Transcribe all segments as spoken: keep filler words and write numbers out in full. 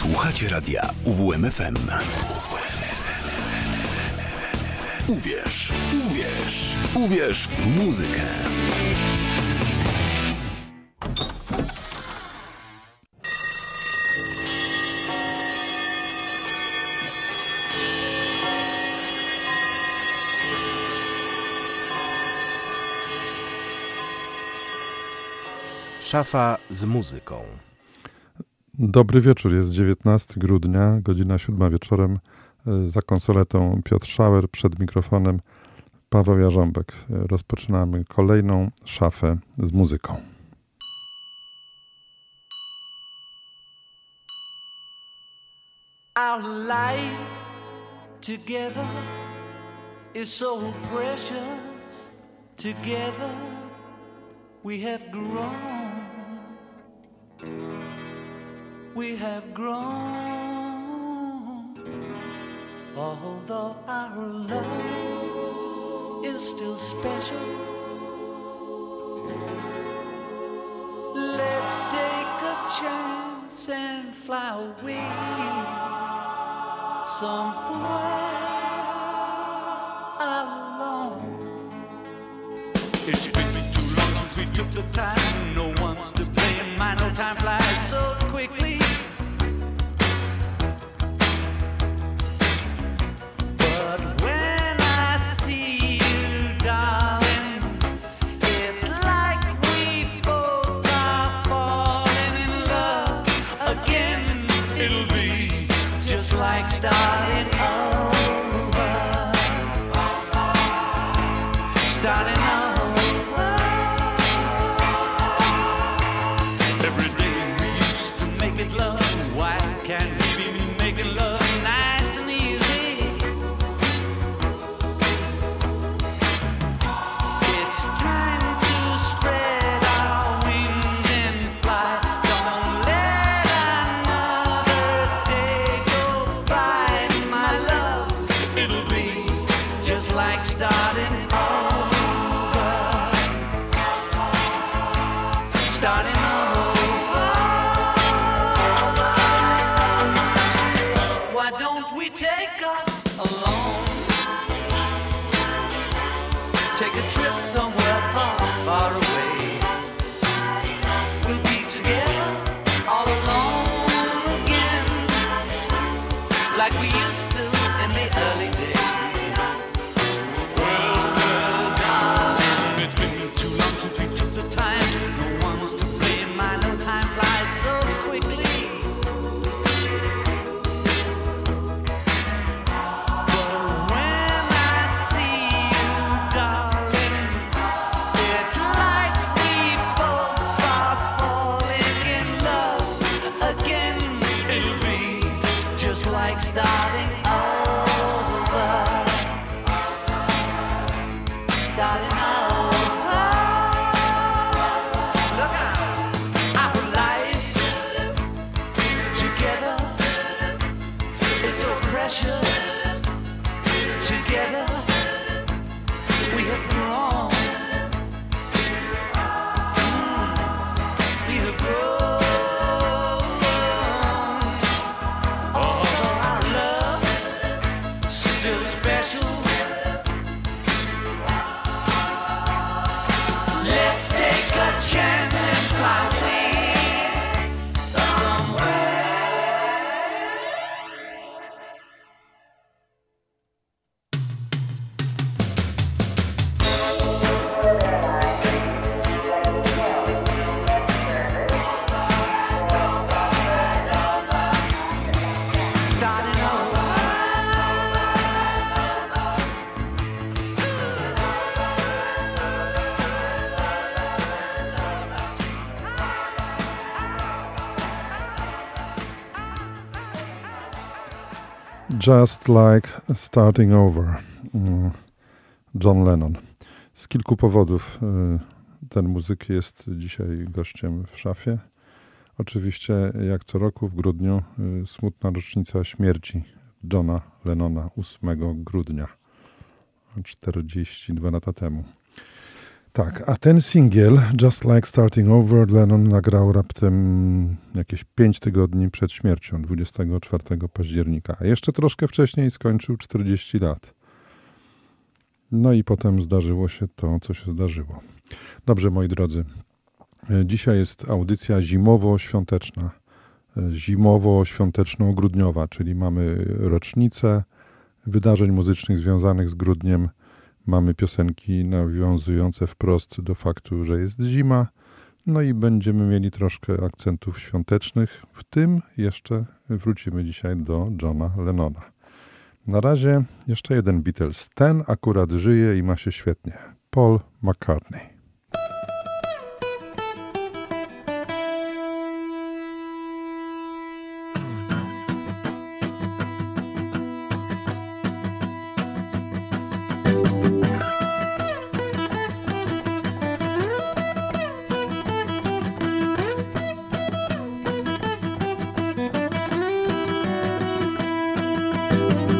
Słuchacie radia U W M F M. Uwierz, uwierz, uwierz w muzykę. Szafa z muzyką. Dobry wieczór, jest dziewiętnastego grudnia, godzina siódma wieczorem. Za konsoletą Piotr Schauer, przed mikrofonem Paweł Jarząbek. Rozpoczynamy kolejną szafę z muzyką. Our life together is so precious. Together we have grown. We have grown. Although our love is still special, let's take a chance and fly away somewhere alone. It's been too long since we took the time. No one's to blame. My no time flies so quickly. Starting over, starting over. Every day we used to make it love. Why can't we be making love nice and easy? It's time to spread our wings and fly. Don't let another day go by. My love, it'll be just like starting over, starting over. Why don't we take us alone? Take a trip somewhere far, far away. We'll be together all alone again, like we used to in the early days. Well, well, darling, it's been too long since we took the time. No one was to blame. I know time flies so quickly. But when I see you, darling, it's like we both are falling in love again. It'll be just like starting over, starting over. Look out, our life together is so precious. Together we have grown. Mm, we have grown. Although our love still special, let's take a chance and fly away somewhere. Starting over. Just like starting over. John Lennon. Z kilku powodów ten muzyk jest dzisiaj gościem w szafie. Oczywiście, jak co roku w grudniu, smutna rocznica śmierci Johna Lennona ósmego grudnia, czterdzieści dwa lata temu. Tak, a ten singiel, Just Like Starting Over, Lennon nagrał raptem jakieś pięć tygodni przed śmiercią, dwudziestego czwartego października. A jeszcze troszkę wcześniej skończył czterdzieści lat. No i potem zdarzyło się to, co się zdarzyło. Dobrze, moi drodzy, dzisiaj jest audycja zimowo-świąteczna, zimowo-świąteczno-grudniowa, czyli mamy rocznicę wydarzeń muzycznych związanych z grudniem. Mamy piosenki nawiązujące wprost do faktu, że jest zima, no i będziemy mieli troszkę akcentów świątecznych. W tym jeszcze wrócimy dzisiaj do Johna Lennona. Na razie jeszcze jeden Beatles. Ten akurat żyje i ma się świetnie. Paul McCartney.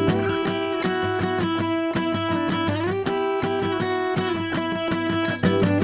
Thank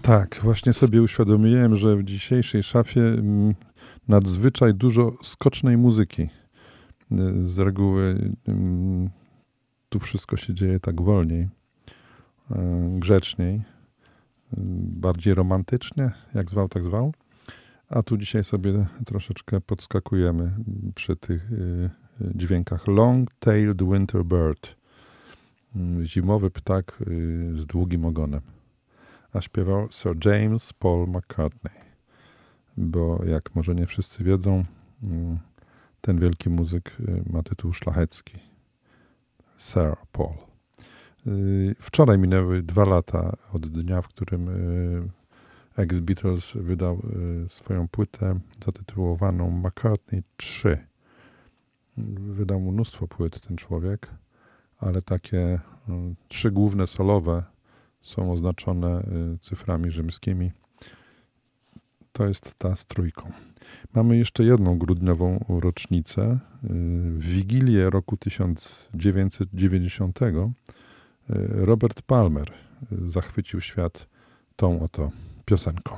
Tak, właśnie sobie uświadomiłem, że w dzisiejszej szafie mm, nadzwyczaj dużo skocznej muzyki. Z reguły mm, tu wszystko się dzieje tak wolniej, y, grzeczniej, y, bardziej romantycznie, jak zwał, tak zwał. A tu dzisiaj sobie troszeczkę podskakujemy przy tych y, dźwiękach. Long-tailed winter bird. Y, zimowy ptak y, z długim ogonem. A śpiewał Sir James Paul McCartney. Bo jak może nie wszyscy wiedzą, y, ten wielki muzyk y, ma tytuł szlachecki. Sir Paul. Y, wczoraj minęły dwa lata od dnia, w którym y, ex-Beatles wydał y, swoją płytę zatytułowaną McCartney trzy. Wydał mnóstwo płyt ten człowiek, ale takie y, trzy główne solowe są oznaczone y, cyframi rzymskimi. To jest ta z trójką. Mamy jeszcze jedną grudniową rocznicę. Y, w Wigilię roku tysiąc dziewięćset dziewięćdziesiątego y, Robert Palmer y, zachwycił świat tą oto piosenką.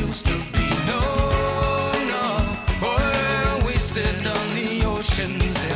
Oceans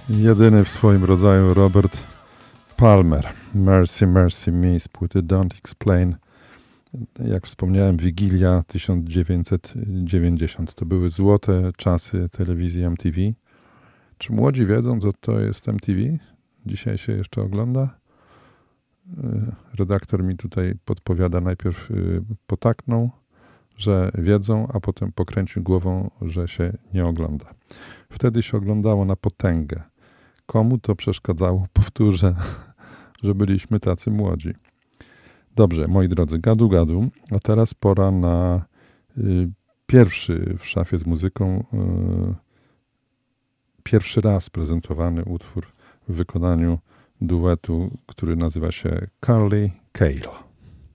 Jedyny w swoim rodzaju Robert Palmer. Mercy, Mercy Me z płyty Don't Explain. Jak wspomniałem, Wigilia tysiąc dziewięćset dziewięćdziesiąt. To były złote czasy telewizji M T V. Czy młodzi wiedzą, co to jest M T V? Dzisiaj się jeszcze ogląda? Redaktor mi tutaj podpowiada, najpierw potaknął, że wiedzą, a potem pokręcił głową, że się nie ogląda. Wtedy się oglądało na potęgę. Komu to przeszkadzało? Powtórzę, że byliśmy tacy młodzi. Dobrze, moi drodzy, gadu gadu, a teraz pora na y, pierwszy w szafie z muzyką, y, pierwszy raz prezentowany utwór w wykonaniu duetu, który nazywa się Carly Cale.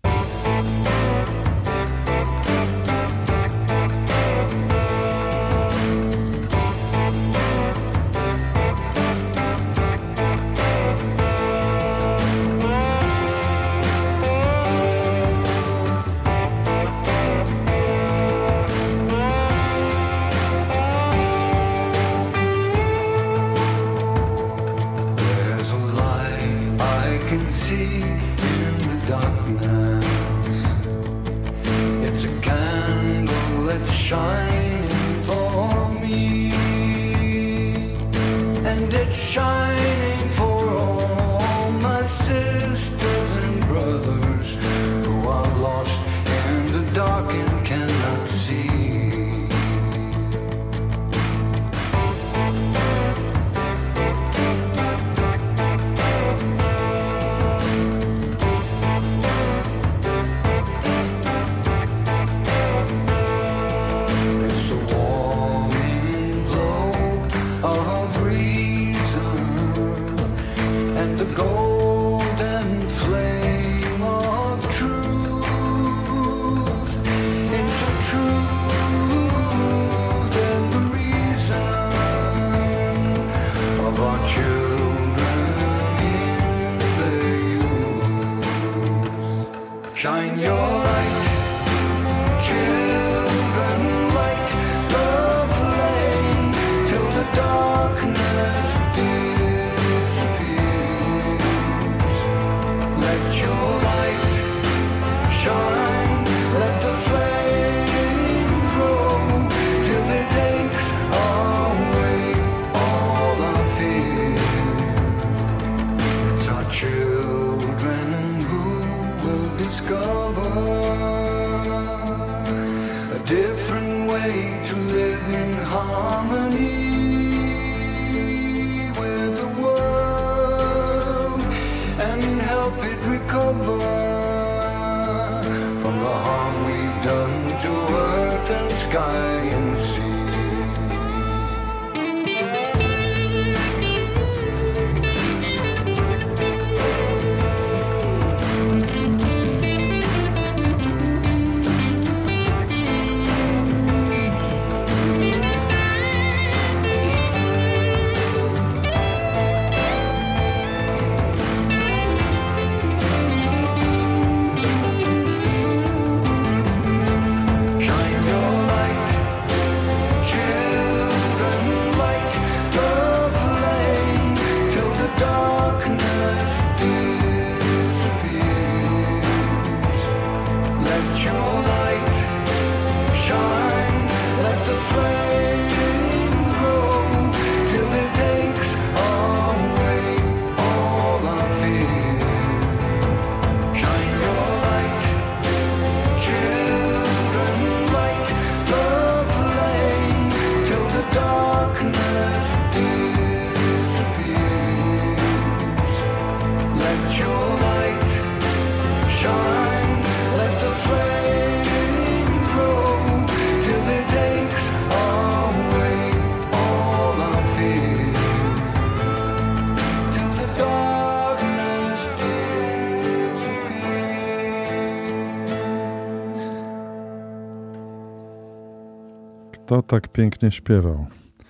Kto tak pięknie śpiewał?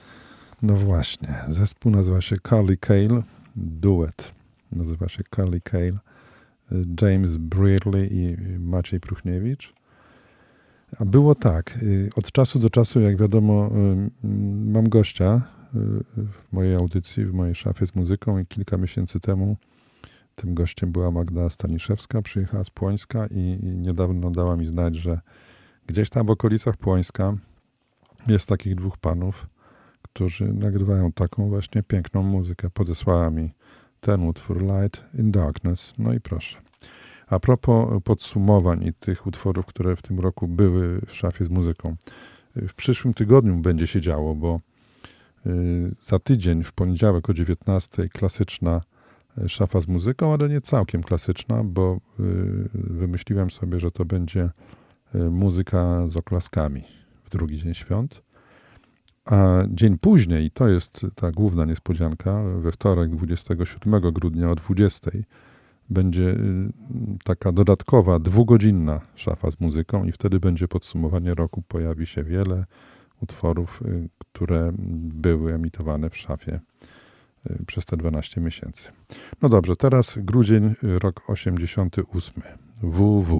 No właśnie, zespół nazywa się Carly Cale, duet nazywa się Carly Cale, James Brearley i Maciej Pruchniewicz. A było tak, od czasu do czasu, jak wiadomo, mam gościa w mojej audycji, w mojej szafie z muzyką i kilka miesięcy temu tym gościem była Magda Staniszewska, przyjechała z Płońska i, i niedawno dała mi znać, że gdzieś tam w okolicach Płońska jest takich dwóch panów, którzy nagrywają taką właśnie piękną muzykę. Podesłała mi ten utwór Light in Darkness. No i proszę. A propos podsumowań i tych utworów, które w tym roku były w szafie z muzyką. W przyszłym tygodniu będzie się działo, bo za tydzień, w poniedziałek o dziewiętnastej klasyczna szafa z muzyką, ale nie całkiem klasyczna, bo wymyśliłem sobie, że to będzie muzyka z oklaskami w drugi dzień świąt. A dzień później, to jest ta główna niespodzianka, we wtorek dwudziestego siódmego grudnia o dwudziestej będzie taka dodatkowa, dwugodzinna szafa z muzyką i wtedy będzie podsumowanie roku. Pojawi się wiele utworów, które były emitowane w szafie przez te dwanaście miesięcy. No dobrze, teraz grudzień, rok osiemdziesiąty ósmy. W W.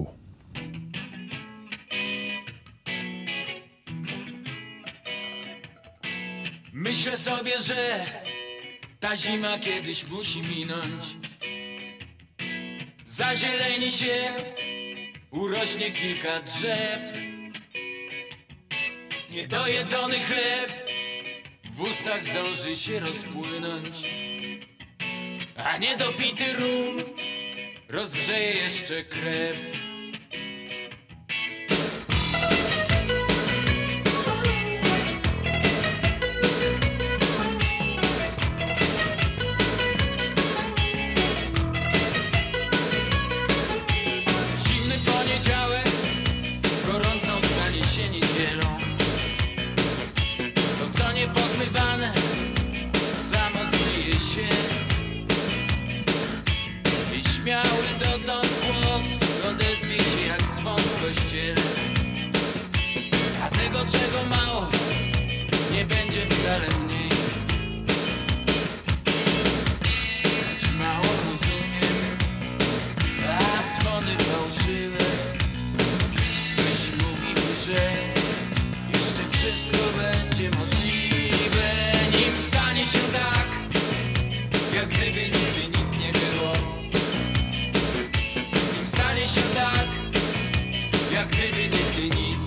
Myślę sobie, że ta zima kiedyś musi minąć. Zazieleni się, urośnie kilka drzew. Niedojedzony chleb w ustach zdąży się rozpłynąć, a niedopity rum rozgrzeje jeszcze krew. A tego, czego mało, nie będzie wcale mniej. Lecz mało rozumiem, a dzwony fałszywe. Myśl mówi mi, że jeszcze wszystko będzie możliwe, nim stanie się tak, jak gdyby nigdy nic nie było. Nim stanie się tak, jak gdyby nigdy nic.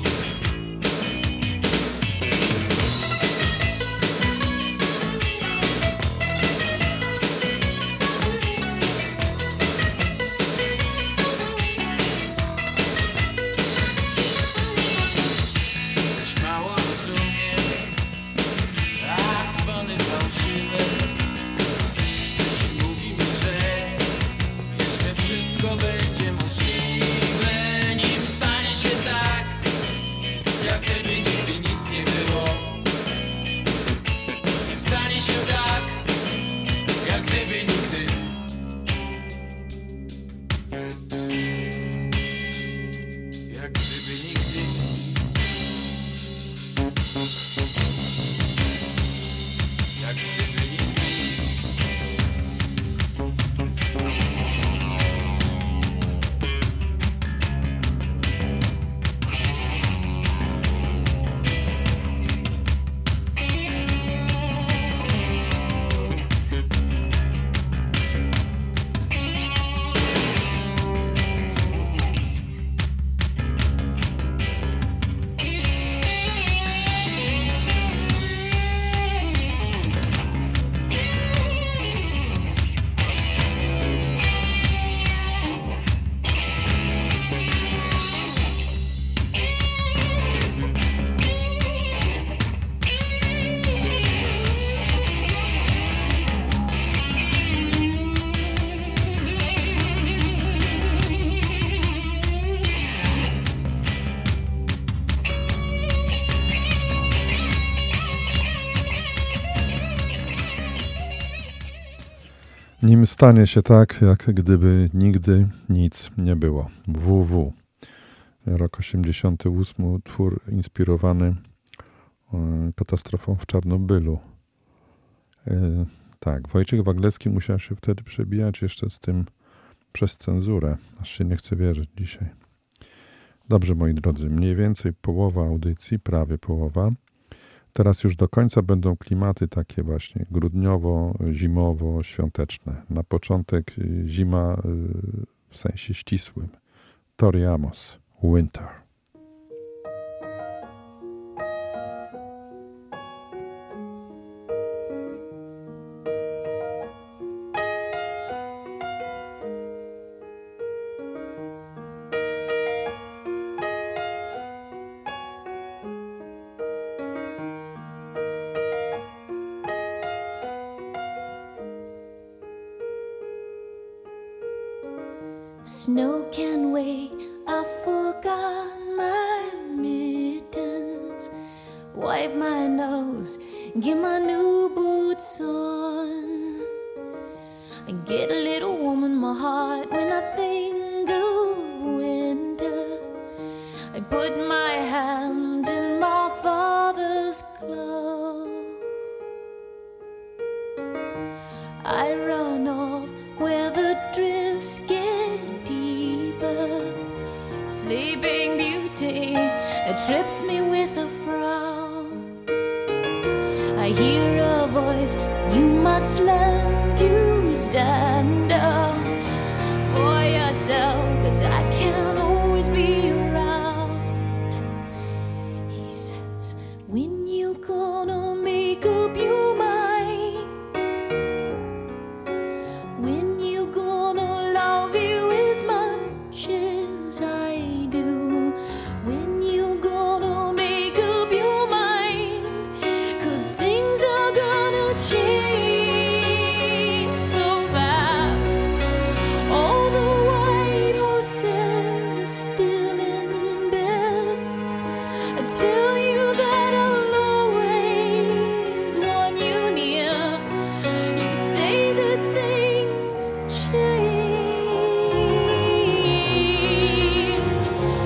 Coś mało rozumiem, a dzwony fałszywe. Coś mówi mi, że jeszcze wszystko będzie możliwe, nim stanie się tak, jak gdyby nigdy nic nie było. Nim stanie się tak, jak gdyby nigdy. Jak gdyby nigdy. Jak gdyby nigdy. Nim stanie się tak, jak gdyby nigdy nic nie było. W W. Rok osiemdziesiąty ósmy, utwór inspirowany katastrofą w Czarnobylu. Tak, Wojciech Waglecki musiał się wtedy przebijać jeszcze z tym przez cenzurę. Aż się nie chce wierzyć dzisiaj. Dobrze, moi drodzy, mniej więcej połowa audycji, prawie połowa. Teraz już do końca będą klimaty takie właśnie grudniowo, zimowo, świąteczne. Na początek zima w sensie ścisłym. Tori Amos, Winter. Snow can wait, I forgot my mittens. Wipe my nose, get my new boots on. I get a little warm in my heart when I think of winter. I put my hand in my father's glove. I run off where the drifts get deeper. Sleeping Beauty that trips me with a frown. I hear a voice, you must learn to stand up for yourself, 'cause I can't always be around. He says, when you gonna make up your mind? When you gonna love you as much as I do? When you gonna make up your mind? 'Cause things are gonna change so fast. All the white horses are still in bed. I tell you that I'll always want you near. You say that things change.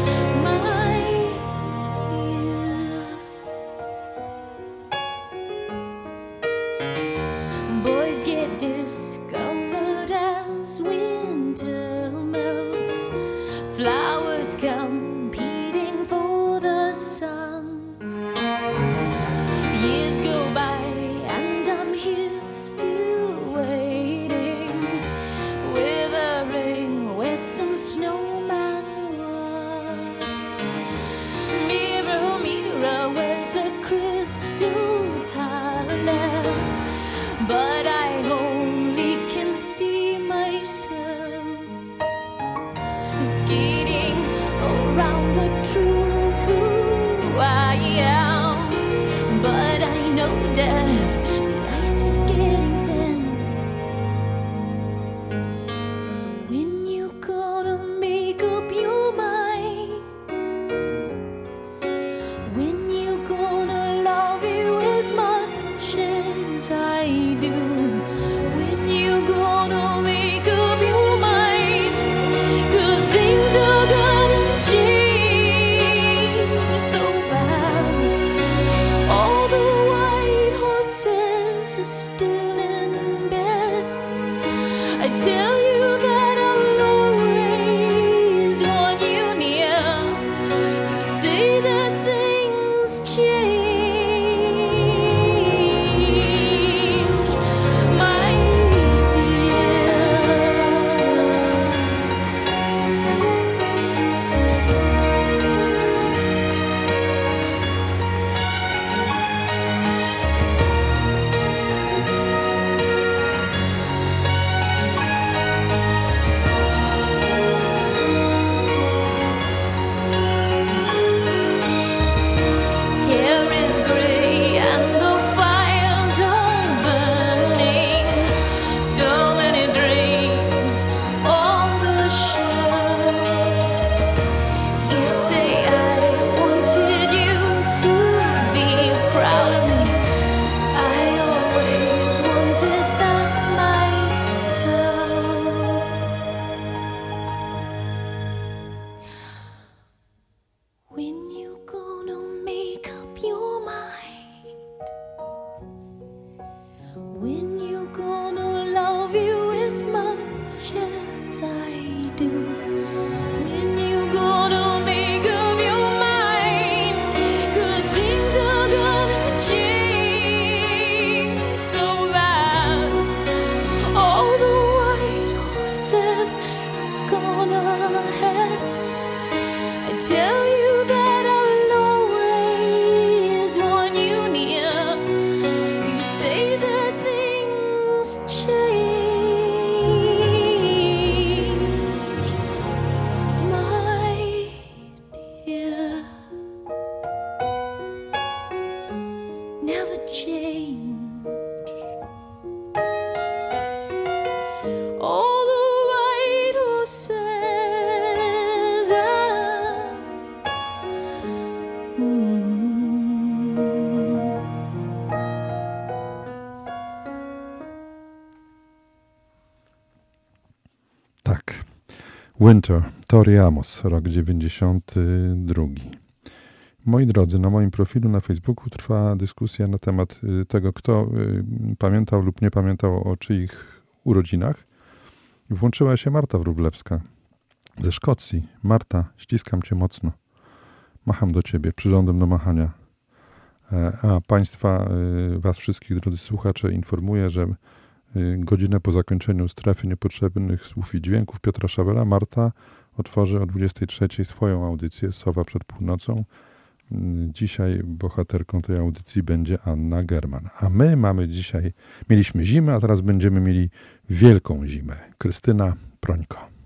Winter, Tori Amos, rok dziewięćdziesiąty drugi. Moi drodzy, na moim profilu na Facebooku trwa dyskusja na temat tego, kto pamiętał lub nie pamiętał o czyich urodzinach. Włączyła się Marta Wróblewska ze Szkocji. Marta, ściskam cię mocno. Macham do ciebie, przyrządem do machania. A państwa, was wszystkich, drodzy słuchacze, informuję, że godzinę po zakończeniu strefy niepotrzebnych słów i dźwięków Piotra Szawela Marta otworzy o dwudziestej trzeciej swoją audycję Sowa przed północą. Dzisiaj bohaterką tej audycji będzie Anna German. A my mamy dzisiaj, mieliśmy zimę, a teraz będziemy mieli wielką zimę. Krystyna Prońko.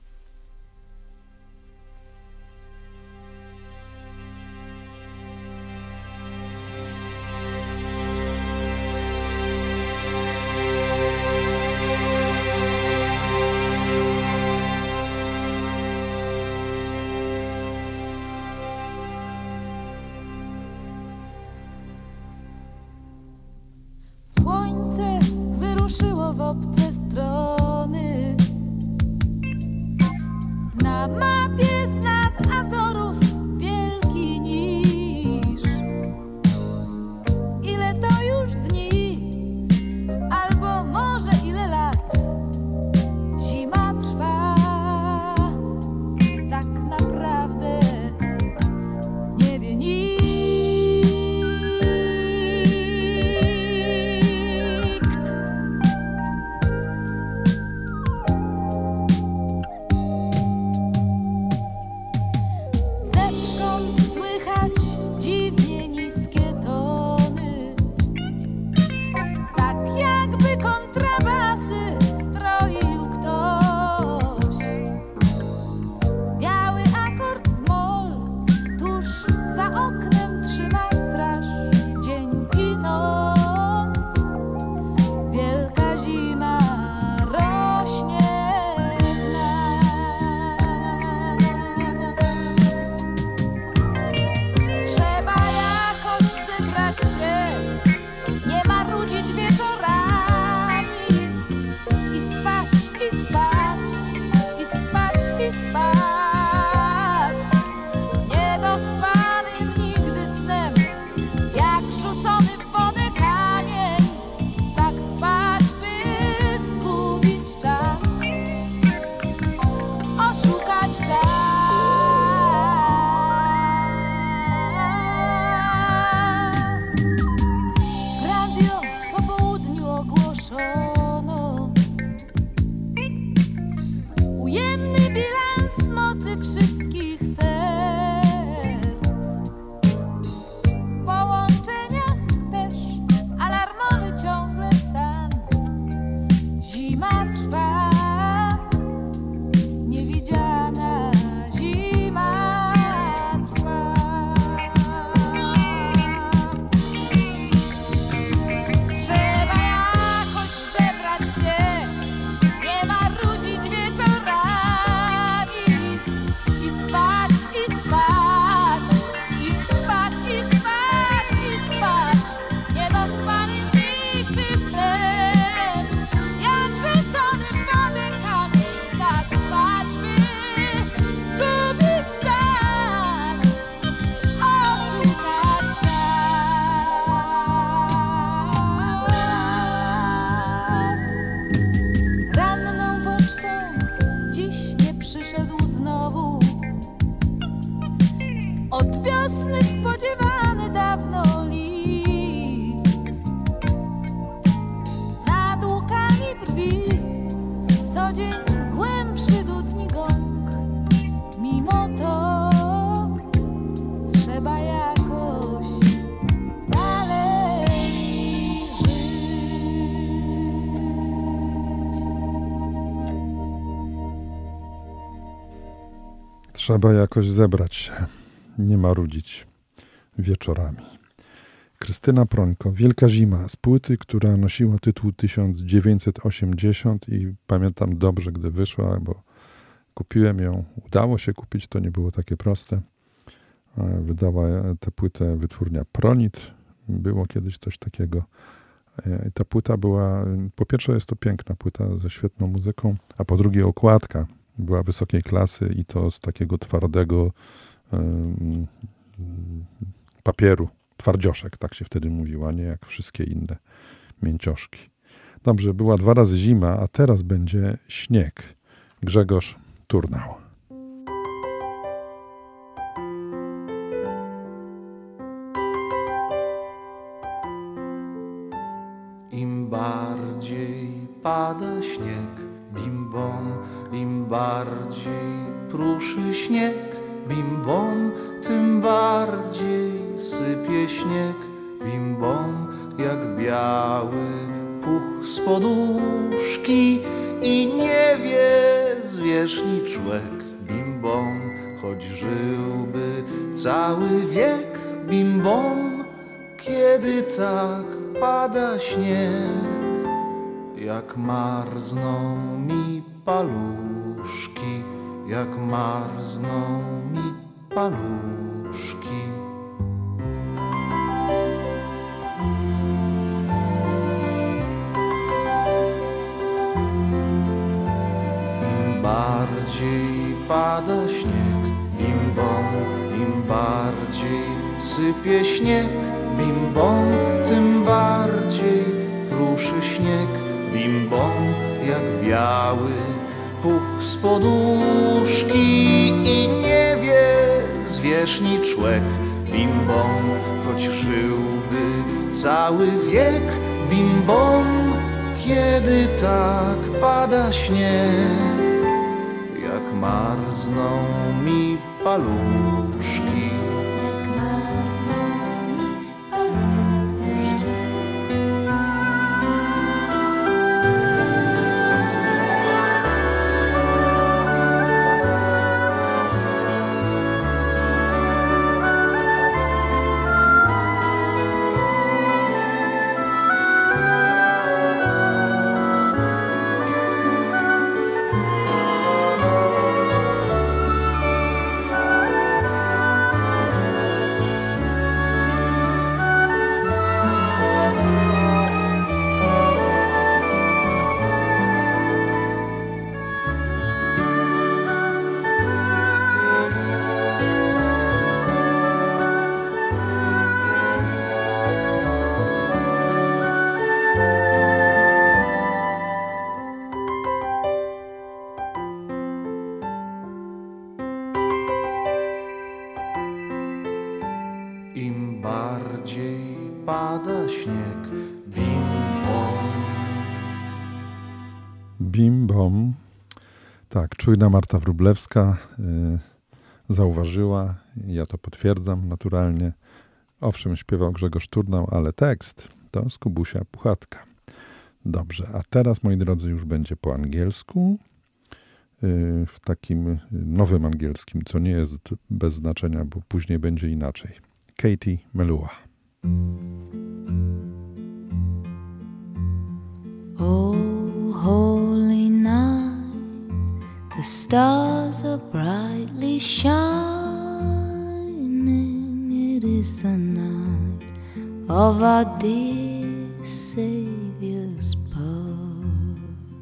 Słońce wyruszyło w obce strony. Na mapie znak Azorów wielki niż. Ile to już dni, albo może ile lat zima trwa. Tak naprawdę nie wie nikt. Trzeba jakoś zebrać się, nie marudzić wieczorami. Krystyna Prońko, Wielka zima, z płyty, która nosiła tytuł tysiąc dziewięćset osiemdziesiąt i pamiętam dobrze, gdy wyszła, bo kupiłem ją, udało się kupić, to nie było takie proste. Wydała tę płytę wytwórnia Pronit, było kiedyś coś takiego. Ta płyta była, po pierwsze jest to piękna płyta ze świetną muzyką, a po drugie okładka była wysokiej klasy i to z takiego twardego papieru, twardzioszek, tak się wtedy mówiło, a nie jak wszystkie inne mięcioszki. Dobrze, była dwa razy zima, a teraz będzie śnieg. Grzegorz Turnał. Im bardziej pada śnieg, bim bom, im bardziej pruszy śnieg, bim bom, tym bardziej sypie śnieg, bim bom, jak biały puch z poduszki i nie wie zwierzchniczłek, bim bom, choć żyłby cały wiek, bim bom, kiedy tak pada śnieg, jak marzną mi paluszki, jak marzną mi paluszki. Im bardziej pada śnieg, bim bom, im bardziej sypie śnieg, bim bom, tym bardziej pruszy śnieg, bim bom, jak biały puch z poduszki i nie wie zwierzchniczłek, bim bom, choć żyłby cały wiek, bim bom, kiedy tak pada śnieg, jak marzną mi paluszki. Im bardziej pada śnieg, bim bom. Bim bom. Tak, czujna Marta Wróblewska y, zauważyła, ja to potwierdzam naturalnie. Owszem, śpiewał Grzegorz Turnał, ale tekst to z Kubusia Puchatka. Dobrze, a teraz, moi drodzy, już będzie po angielsku. Y, w takim nowym angielskim, co nie jest bez znaczenia, bo później będzie inaczej. Katie Melua. Oh, holy night, the stars are brightly shining. It is the night of our dear Saviour's birth.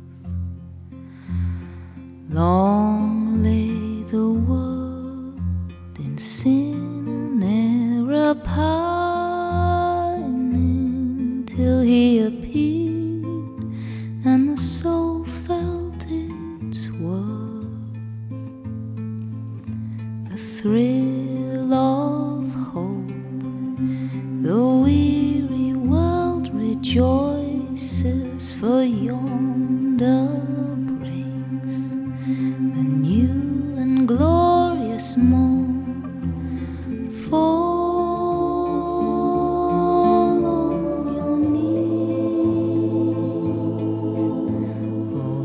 Long lay the world in sin and error pining, till he appeared and the soul felt its worth. A thrill of hope, the weary world rejoices, for yonder breaks a new and glorious morn. Fall on your knees, oh,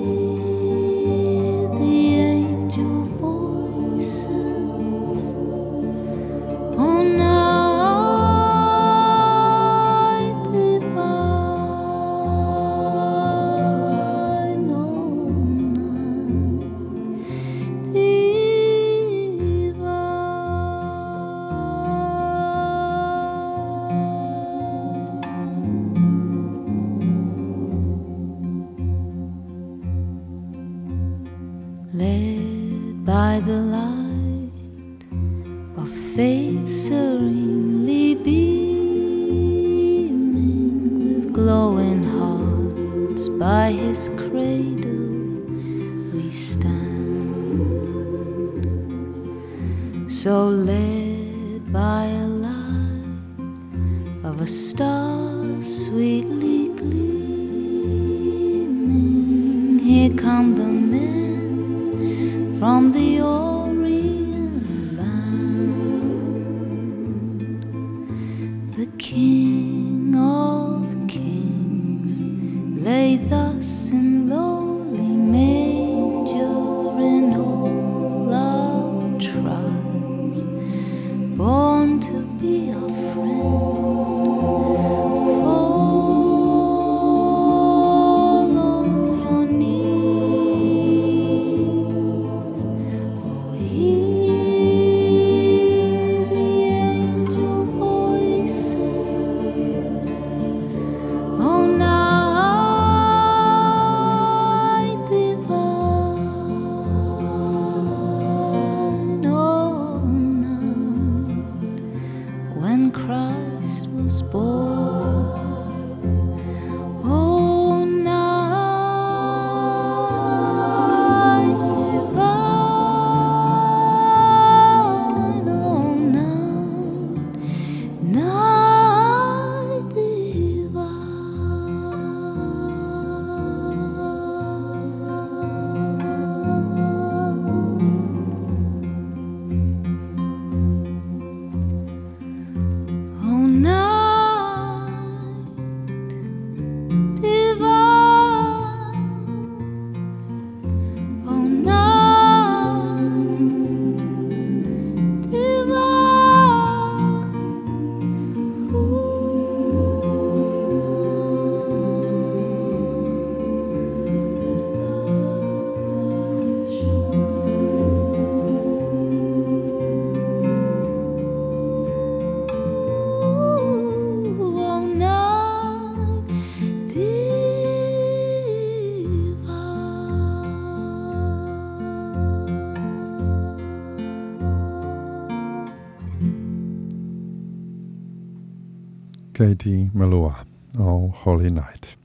hear the angel voices faith serenely beaming, with glowing hearts by his cradle we stand, so led by a light of a star sweetly gleaming. Here come the men from the Orient land. The King of Kings lay thus in lowly manger, in all our tribes, born to be our friend. Katie Melua o Holy Night.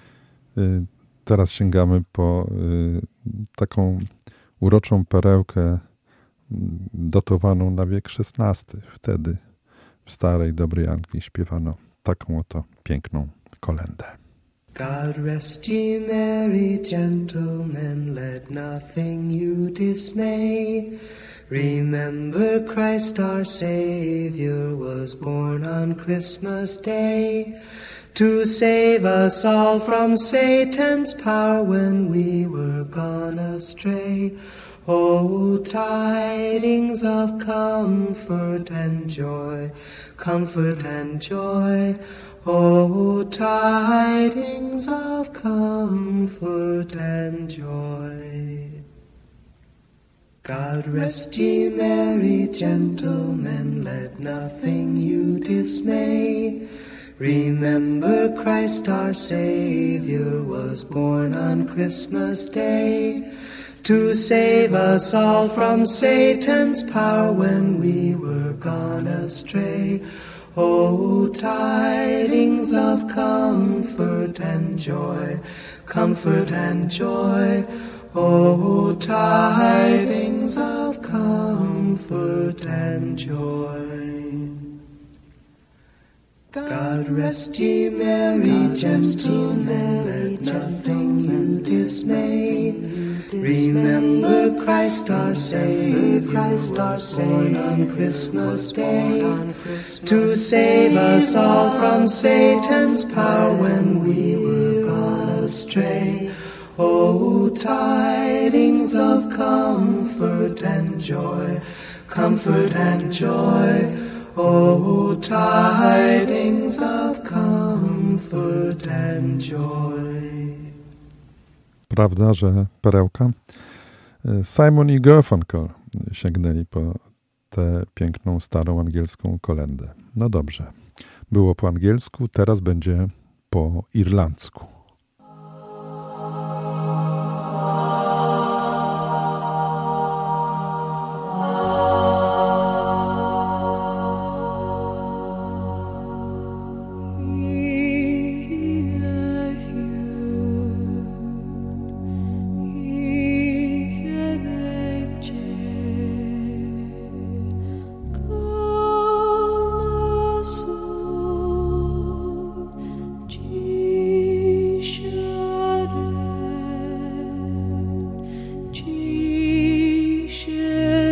Teraz sięgamy po taką uroczą perełkę datowaną na wiek szesnasty. Wtedy w starej, dobrej Anglii śpiewano taką oto piękną kolędę. God rest ye merry gentlemen, let nothing you dismay. Remember Christ our Savior was born on Christmas Day, to save us all from Satan's power when we were gone astray. Oh, tidings of comfort and joy, comfort and joy. Oh, tidings of comfort and joy. God rest ye merry gentlemen, let nothing you dismay. Remember Christ our Savior was born on Christmas Day, to save us all from Satan's power when we were gone astray. Oh, tidings of comfort and joy, comfort and joy. Oh, tidings of comfort and joy. God rest ye merry gentlemen, let nothing you dismay. Remember Christ our Savior, Christ our Savior on Christmas Day, to save us all from Satan's power when we were gone astray. Oh, tidings of comfort and joy, comfort and joy. Oh, tidings of comfort and joy. Prawda, że perełka? Simon i Garfunkel sięgnęli po tę piękną, starą angielską kolędę. No dobrze, było po angielsku, teraz będzie po irlandzku.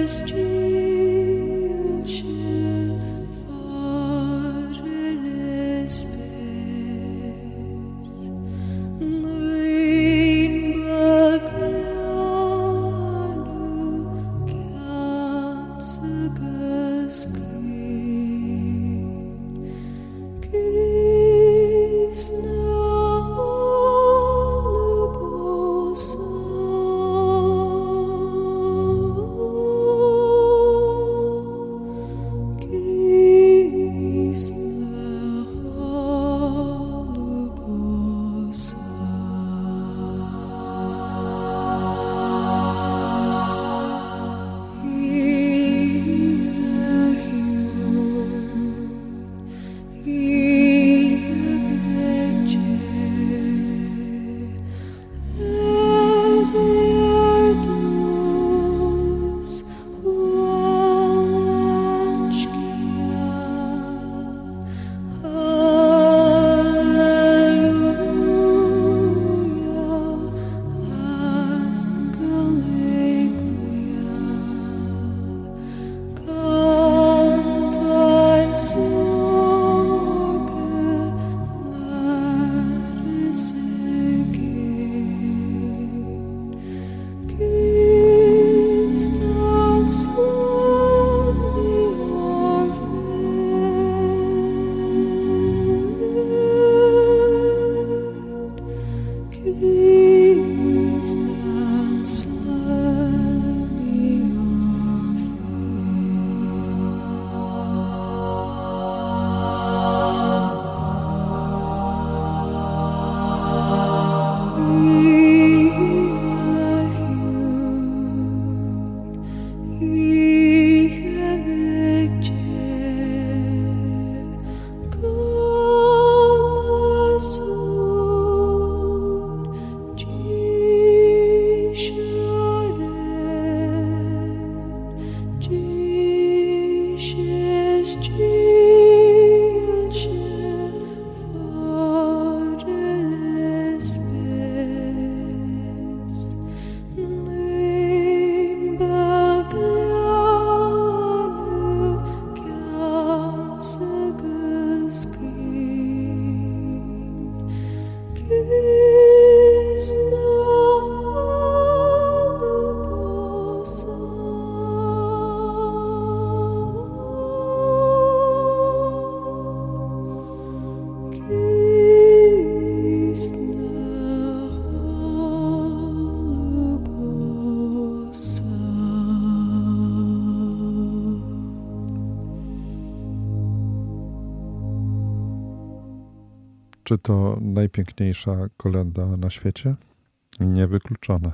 Czy to najpiękniejsza kolenda na świecie? Niewykluczone.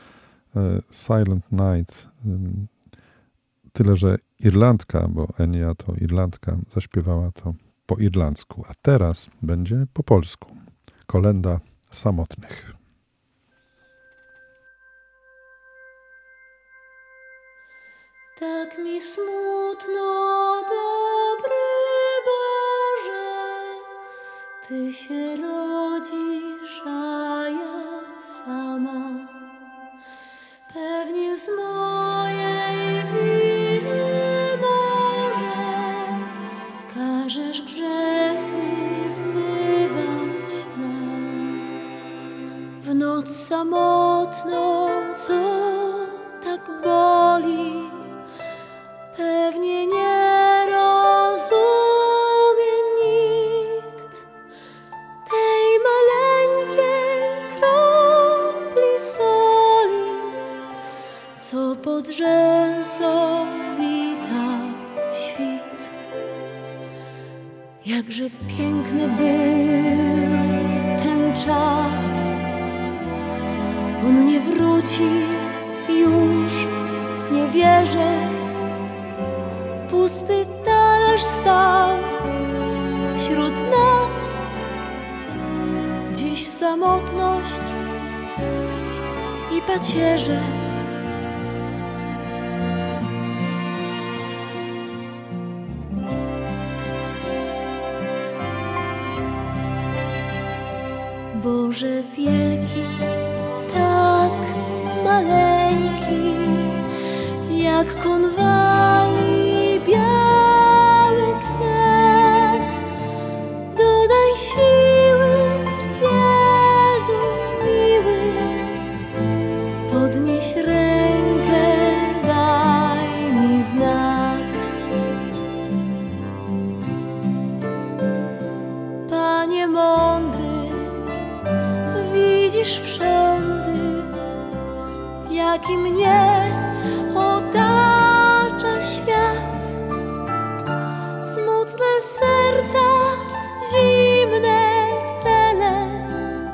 Silent Night. Tyle, że Irlandka, bo Enia to Irlandka, zaśpiewała to po irlandzku, a teraz będzie po polsku. Kolenda samotnych. Tak mi smutno, dobry Boże, Ty się rodzisz, a ja sama. Pewnie z mojej winy może każesz grzechy zmywać nam. W noc samotną, co tak boli, pewnie nie rozumie nikt tej maleńkiej kropli soli, co pod rzęsą wita świt. Jakże piękny był ten czas, on nie wróci już, nie wierzę. Pusty talerz stał wśród nas. Dziś samotność i pacierze. Boże wielki, tak maleńki, jak konwali biały kwiat. Dodaj siły, Jezu miły, podnieś rękę, daj mi znak. Panie mądry, widzisz wszędy, jaki mnie otacza świat. Smutne serca, zimne cele,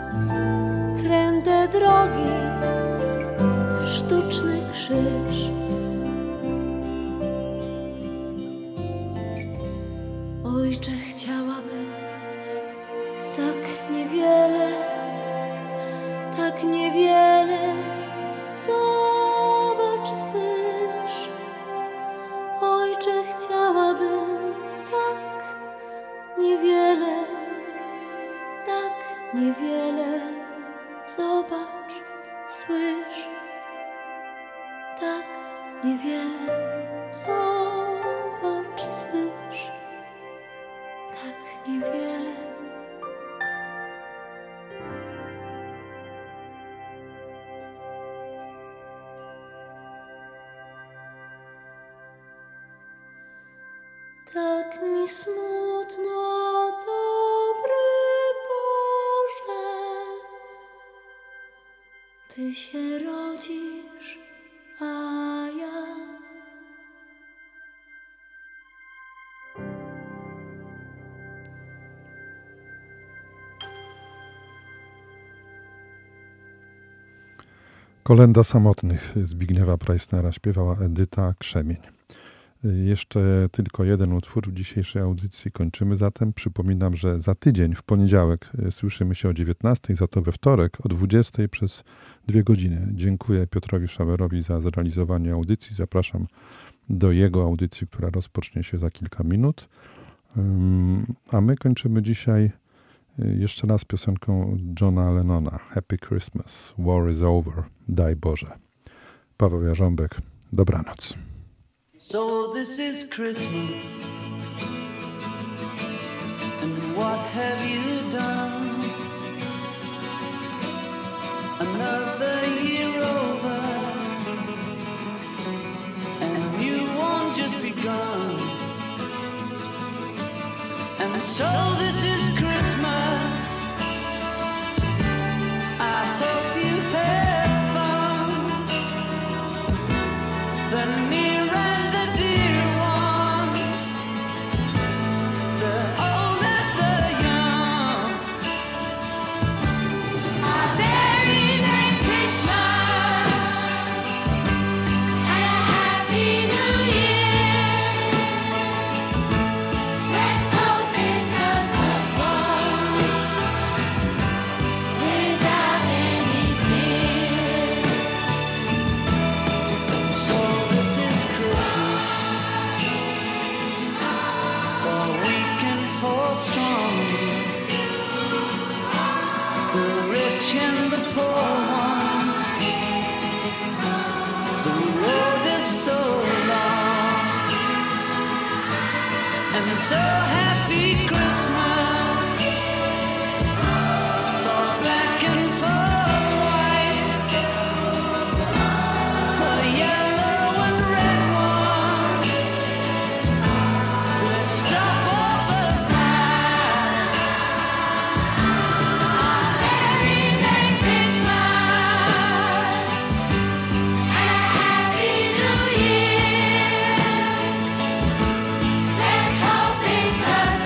kręte drogi, sztuczny krzyż. Ojcze, chciałabym tak niewiele, tak niewiele. Zobacz, słysz, Ojcze, chciałabym tak niewiele, tak niewiele. Zobacz, słysz, tak niewiele. Zobacz, słysz, tak niewiele. Tak mi smutno, dobry Boże, Ty się rodzisz, a ja. Kolenda samotnych Zbigniewa Preissnera śpiewała Edyta Krzemień. Jeszcze tylko jeden utwór w dzisiejszej audycji kończymy zatem. Przypominam, że za tydzień, w poniedziałek, słyszymy się o dziewiętnastej, za to we wtorek o dwudziestej przez dwie godziny. Dziękuję Piotrowi Szawerowi za zrealizowanie audycji. Zapraszam do jego audycji, która rozpocznie się za kilka minut. A my kończymy dzisiaj jeszcze raz piosenką Johna Lennona. Happy Christmas, War is over, daj Boże. Paweł Jarząbek, dobranoc. So this is Christmas, and what have you done? Another year over, and you won't just begun. And so this is Christmas, I hope you had fun. The near and the dear one, the old and the young. A very Merry Christmas and a Happy New Year. Let's hope it's a good one without any fear. So this is Christmas, for weak and for strong, the rich and the poor ones. The road is so long, and so happy Christmas for black and for white, for yellow and red one. Let's stop all the fight. Very Merry Christmas and a Happy New Year. Let's hope it's a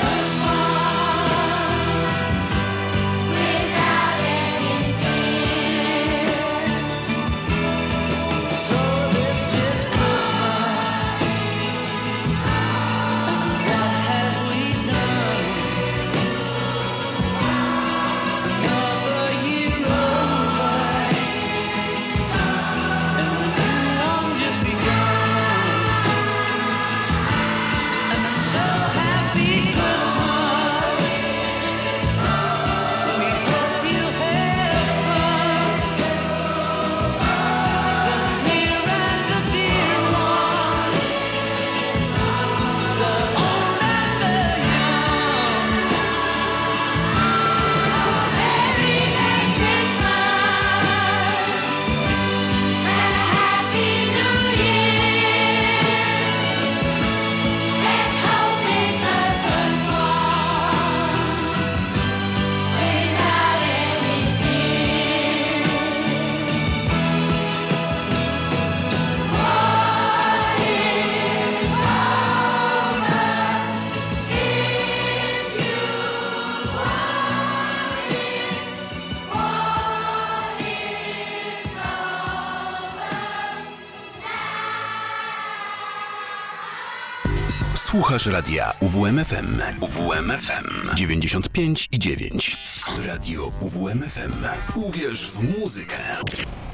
Słuchasz radia U W M F M. U W M F M dziewięćdziesiąt pięć i dziewięć. Radio U W M F M. Uwierz w muzykę.